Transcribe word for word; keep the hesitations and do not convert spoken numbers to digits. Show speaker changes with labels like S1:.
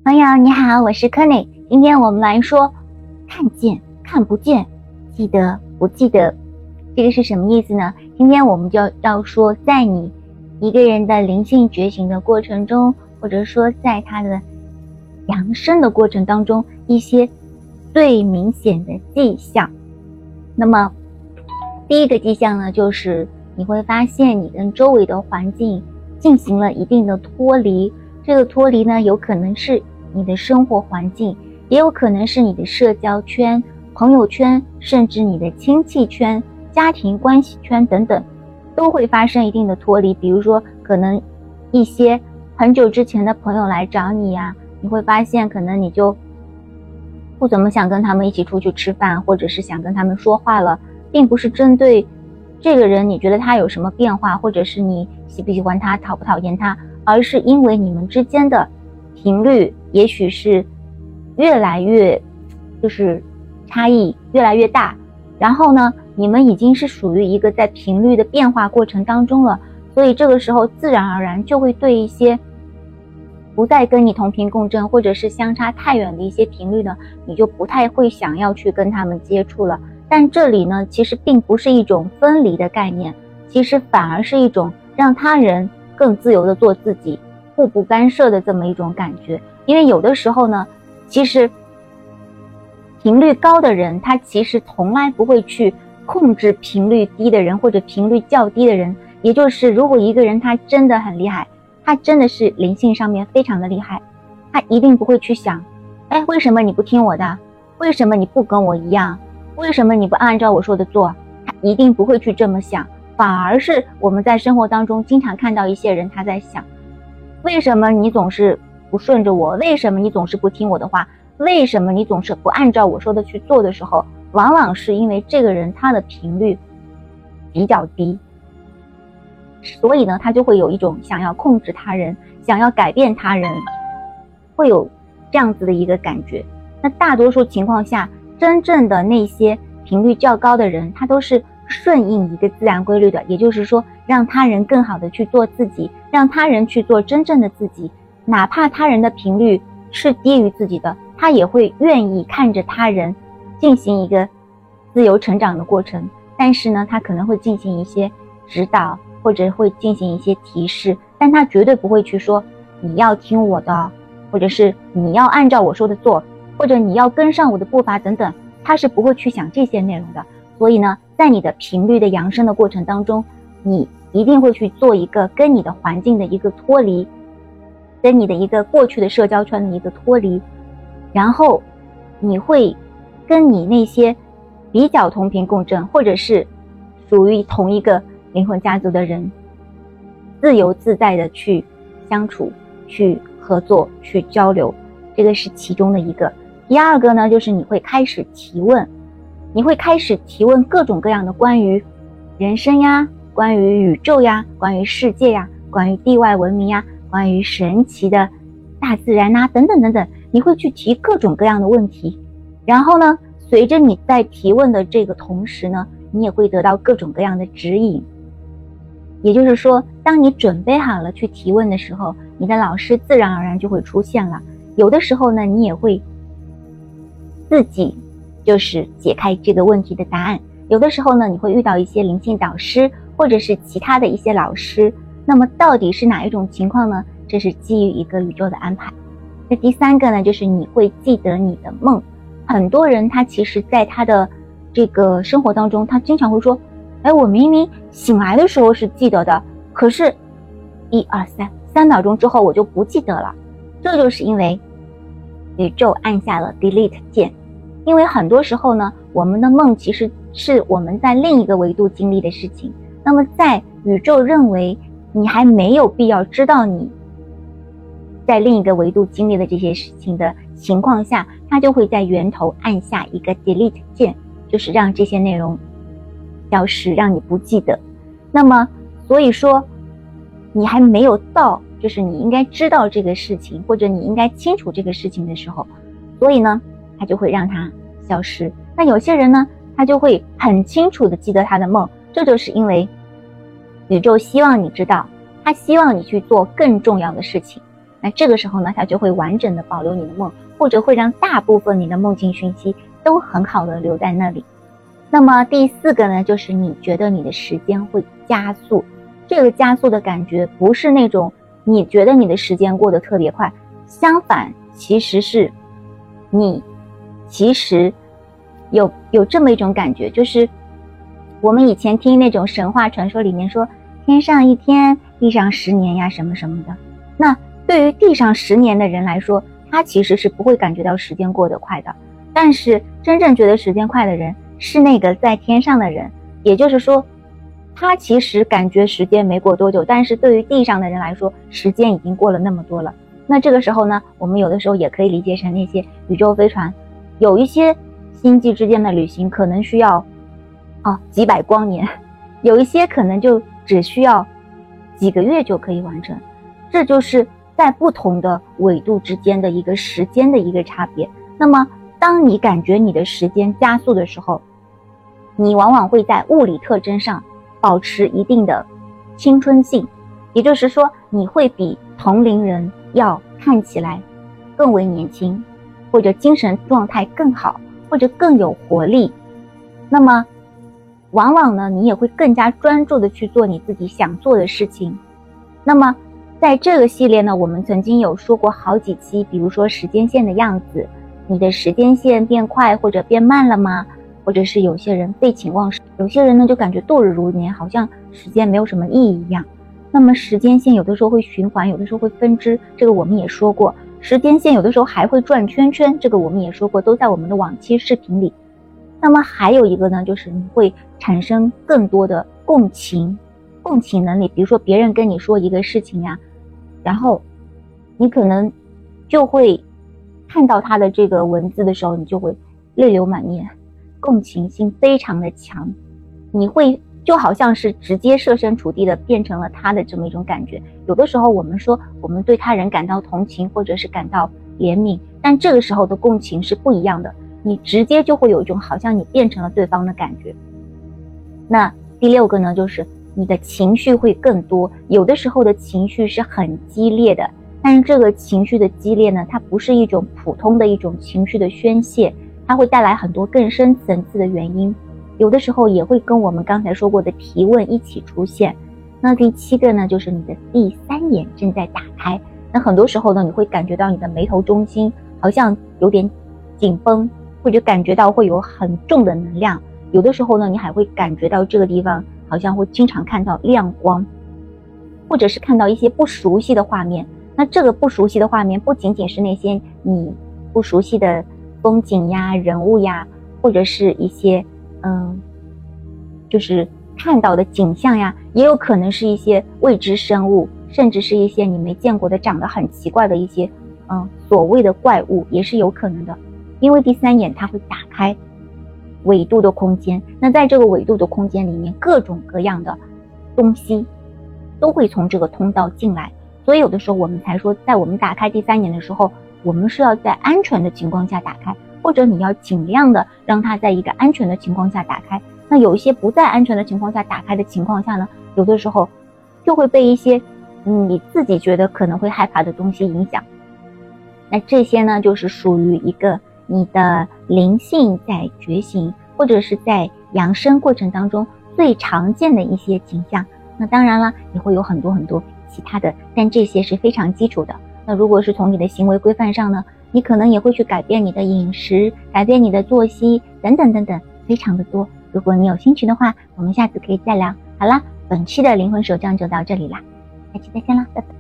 S1: 朋友你好，我是柯内。今天我们来说看见看不见，记得不记得，这个是什么意思呢？今天我们就要说，在你一个人的灵性觉醒的过程中，或者说在他的扬升的过程当中，一些最明显的迹象。那么第一个迹象呢，就是你会发现你跟周围的环境进行了一定的脱离。这个脱离呢，有可能是你的生活环境，也有可能是你的社交圈、朋友圈，甚至你的亲戚圈、家庭关系圈等等，都会发生一定的脱离。比如说可能一些很久之前的朋友来找你呀、啊，你会发现可能你就不怎么想跟他们一起出去吃饭，或者是想跟他们说话了，并不是针对这个人你觉得他有什么变化，或者是你喜不喜欢他，讨不讨厌他，而是因为你们之间的频率也许是越来越就是差异越来越大，然后呢你们已经是属于一个在频率的变化过程当中了，所以这个时候自然而然就会对一些不再跟你同频共振，或者是相差太远的一些频率呢，你就不太会想要去跟他们接触了。但这里呢，其实并不是一种分离的概念，其实反而是一种让他人更自由的做自己，互不干涉的这么一种感觉。因为有的时候呢，其实频率高的人，他其实从来不会去控制频率低的人，或者频率较低的人。也就是如果一个人他真的很厉害，他真的是灵性上面非常的厉害，他一定不会去想，哎，为什么你不听我的？为什么你不跟我一样？为什么你不按照我说的做？他一定不会去这么想，反而是我们在生活当中经常看到一些人他在想，为什么你总是不顺着我？为什么你总是不听我的话？为什么你总是不按照我说的去做的时候，往往是因为这个人他的频率比较低，所以呢他就会有一种想要控制他人，想要改变他人，会有这样子的一个感觉。那大多数情况下，真正的那些频率较高的人，他都是顺应一个自然规律的，也就是说让他人更好的去做自己，让他人去做真正的自己，哪怕他人的频率是低于自己的，他也会愿意看着他人进行一个自由成长的过程。但是呢他可能会进行一些指导，或者会进行一些提示，但他绝对不会去说你要听我的，或者是你要按照我说的做，或者你要跟上我的步伐等等，他是不会去想这些内容的。所以呢在你的频率的扬升的过程当中，你一定会去做一个跟你的环境的一个脱离，跟你的一个过去的社交圈的一个脱离，然后你会跟你那些比较同频共振，或者是属于同一个灵魂家族的人，自由自在的去相处，去合作，去交流，这个是其中的一个。第二个呢，就是你会开始提问，你会开始提问各种各样的关于人生呀，关于宇宙呀，关于世界呀，关于地外文明呀，关于神奇的大自然啊，等等等等，你会去提各种各样的问题。然后呢，随着你在提问的这个同时呢，你也会得到各种各样的指引。也就是说，当你准备好了去提问的时候，你的老师自然而然就会出现了。有的时候呢，你也会自己就是解开这个问题的答案。有的时候呢，你会遇到一些灵性导师，或者是其他的一些老师。那么到底是哪一种情况呢？这是基于一个宇宙的安排。那第三个呢，就是你会记得你的梦。很多人他其实在他的这个生活当中，他经常会说，哎，我明明醒来的时候是记得的，可是一二三三秒钟之后我就不记得了。这就是因为宇宙按下了 delete 键。因为很多时候呢，我们的梦其实是我们在另一个维度经历的事情，那么在宇宙认为你还没有必要知道你在另一个维度经历的这些事情的情况下，它就会在源头按下一个 delete 键，就是让这些内容消失，让你不记得。那么所以说你还没有到就是你应该知道这个事情，或者你应该清楚这个事情的时候，所以呢他就会让它消失。那有些人呢，他就会很清楚的记得他的梦，这就是因为宇宙希望你知道，他希望你去做更重要的事情。 那这个时候呢，它就会完整的保留你的梦，或者会让大部分你的梦境讯息都很好的留在那里。那么第四个呢，就是你觉得你的时间会加速。这个加速的感觉不是那种你觉得你的时间过得特别快，相反，其实是你其实有有这么一种感觉，就是我们以前听那种神话传说里面说天上一天地上十年呀什么什么的，那对于地上十年的人来说，他其实是不会感觉到时间过得快的，但是真正觉得时间快的人是那个在天上的人，也就是说他其实感觉时间没过多久，但是对于地上的人来说，时间已经过了那么多了。那这个时候呢，我们有的时候也可以理解成那些宇宙飞船，有一些星际之间的旅行可能需要哦几百光年，有一些可能就只需要几个月就可以完成。这就是在不同的纬度之间的一个时间的一个差别。那么当你感觉你的时间加速的时候，你往往会在物理特征上保持一定的青春性，也就是说你会比同龄人要看起来更为年轻，或者精神状态更好，或者更有活力。那么往往呢，你也会更加专注的去做你自己想做的事情。那么在这个系列呢，我们曾经有说过好几期，比如说时间线的样子，你的时间线变快或者变慢了吗？或者是有些人废寝忘食，有些人呢就感觉度日如年，好像时间没有什么意义一样。那么时间线有的时候会循环，有的时候会分支，这个我们也说过。时间线有的时候还会转圈圈，这个我们也说过，都在我们的往期视频里。那么还有一个呢，就是你会产生更多的共情共情能力。比如说别人跟你说一个事情呀，然后你可能就会看到他的这个文字的时候，你就会泪流满面，共情性非常的强，你会就好像是直接设身处地的变成了他的这么一种感觉。有的时候我们说我们对他人感到同情或者是感到怜悯，但这个时候的共情是不一样的，你直接就会有一种好像你变成了对方的感觉。那第六个呢，就是你的情绪会更多，有的时候的情绪是很激烈的，但是这个情绪的激烈呢，它不是一种普通的一种情绪的宣泄，它会带来很多更深层次的原因，有的时候也会跟我们刚才说过的提问一起出现。那第七个呢，就是你的第三眼正在打开。那很多时候呢，你会感觉到你的眉头中心好像有点紧绷，或者感觉到会有很重的能量。有的时候呢，你还会感觉到这个地方好像会经常看到亮光，或者是看到一些不熟悉的画面。那这个不熟悉的画面不仅仅是那些你不熟悉的风景呀、人物呀，或者是一些嗯，就是看到的景象呀，也有可能是一些未知生物，甚至是一些你没见过的长得很奇怪的一些嗯所谓的怪物，也是有可能的。因为第三眼它会打开纬度的空间，那在这个纬度的空间里面，各种各样的东西都会从这个通道进来。所以有的时候我们才说，在我们打开第三眼的时候，我们是要在安全的情况下打开，或者你要尽量的让它在一个安全的情况下打开。那有一些不在安全的情况下打开的情况下呢，有的时候就会被一些嗯你自己觉得可能会害怕的东西影响。那这些呢，就是属于一个你的灵性在觉醒或者是在养生过程当中最常见的一些景象。那当然了，也会有很多很多其他的，但这些是非常基础的。那如果是从你的行为规范上呢，你可能也会去改变你的饮食，改变你的作息等等等等，非常的多。如果你有兴趣的话，我们下次可以再聊。好啦，本期的灵魂手账就到这里啦，下期再见啦，拜拜。